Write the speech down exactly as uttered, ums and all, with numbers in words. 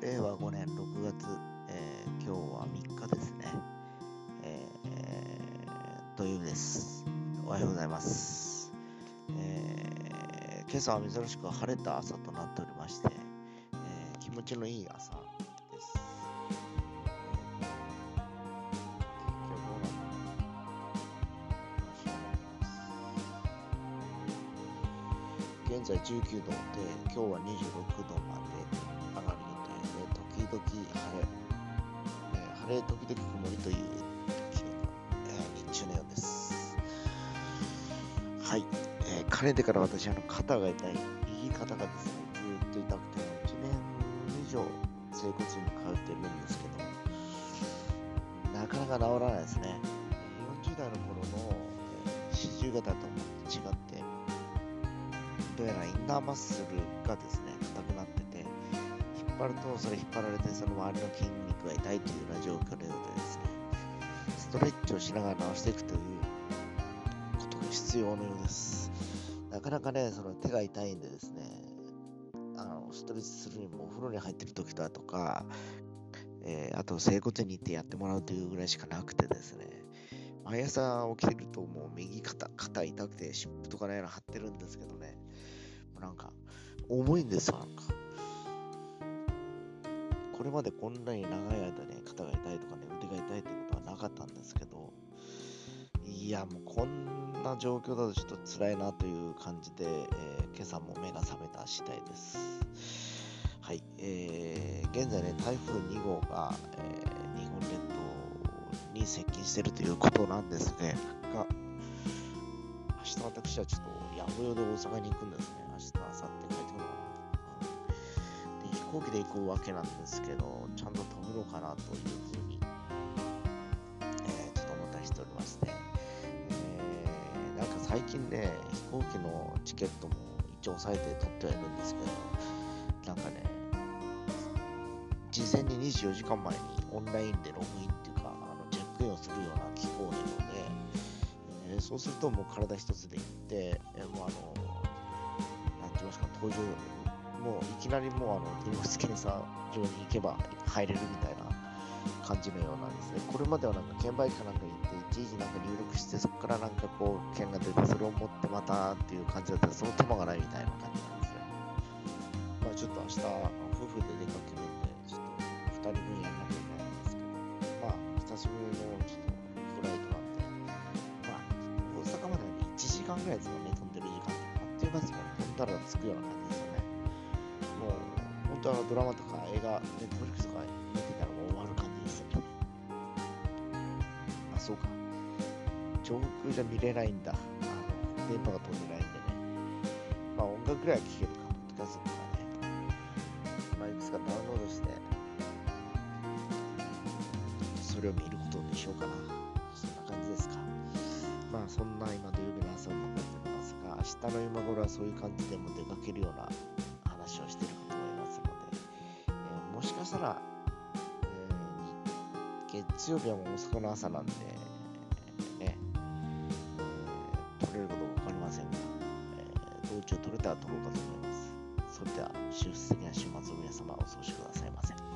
れいわごねんろくがつ、えー、今日はみっかですね、えー、土曜日です。おはようございます。えー、今朝は珍しく晴れた朝となっておりまして、えー、気持ちのいい朝です。現在じゅうきゅうどで、今日はにじゅうろくどまで上がる予定で、時々晴れ、えー、晴れ時々曇りという気温の、えー、日中のようです。はい、えー、かねてから私、あの肩が痛い、右肩がですね、ずーっと痛くて、いちねん以上整骨院に通っているんですけど、なかなか治らないですね。よんじゅうだいの頃の四十肩と違って、どうやらインナーマッスルがですね、硬くなってて、引っ張るとそれ引っ張られて、その周りの筋肉が痛いというような状況のようでですね、ストレッチをしながら治していくということが必要のようです。なかなかね、その手が痛いんでですね、あのストレッチするにもお風呂に入ってる時だとか、えー、あと整骨院に行ってやってもらうというぐらいしかなくてですね、毎朝起きるともう右肩、肩痛くて湿布とかね、貼ってるんですけどね、なんか重いんですよ。なんかこれまでこんなに長い間ね、肩が痛いとかね、腕が痛いってことはなかったんですけど、いやもうこんな状況だとちょっと辛いなという感じで、えー、今朝も目が覚めた次第です。はい、えー、現在ね、台風にごうが、えー、日本列島に接近しているということなんですが、が明日私はちょっとやむよで大阪に行くんですね。明日、明後日帰ってくるのかな。で、飛行機で行くわけなんですけど、ちゃんと飛ぶのかなというふうに、えー、ちょっと思ったりしておりまして、えー、なんか最近ね、飛行機のチケットも一応押さえて取ってはいるんですけど、なんかね、事前ににじゅうよじかんまえにオンラインでログインっていうか、あのチェックインをするような機構のようで、えー、そうするともう体一つで行って、えー、もうあの、なんて言いますか、搭乗、もういきなりもうあの手荷物検査場に行けば入れるみたいな感じのようなんですね。これまではなんか券売機かなんか行って、いちいちなんか入力して、そこからなんかこう券が出て、それを持ってまたっていう感じだったら、その手間がないみたいな感じなんですね。まあちょっと明日、夫婦で出かけるんで、ちょっとふたりぶんやんなきゃいけないんですけど、まあ久しぶりのちょっとフライトなんで、まあ大阪までね、いちじかんぐらいですかね、飛んでる時間って。あっという間ですもんね、飛んだら着くような感じですよね。もう、本当はドラマとか映画、ネットフリックスとか見てたらもう終わる感じですよね。あ、そうか。上空じゃ見れないんだ。あの、電波が飛んでないんでね。まあ音楽ぐらいは聴けるか、ポッドキャストとかね。まあいくつかダウンロードして、それを見ることにしようかな。そんな感じですか。まあそんな今土曜日の朝を迎えておりますが、明日の今頃はそういう感じでも出かけるような話をしているかと思いますので、えー、もしかしたら、えー、月曜日はもう大阪の朝なんで、えー、ね、えー、取れるかどうかわかりませんが、えー、道中取れたら取ろうかと思います。それでは、祝福的な週末を皆様お過ごしくださいませ。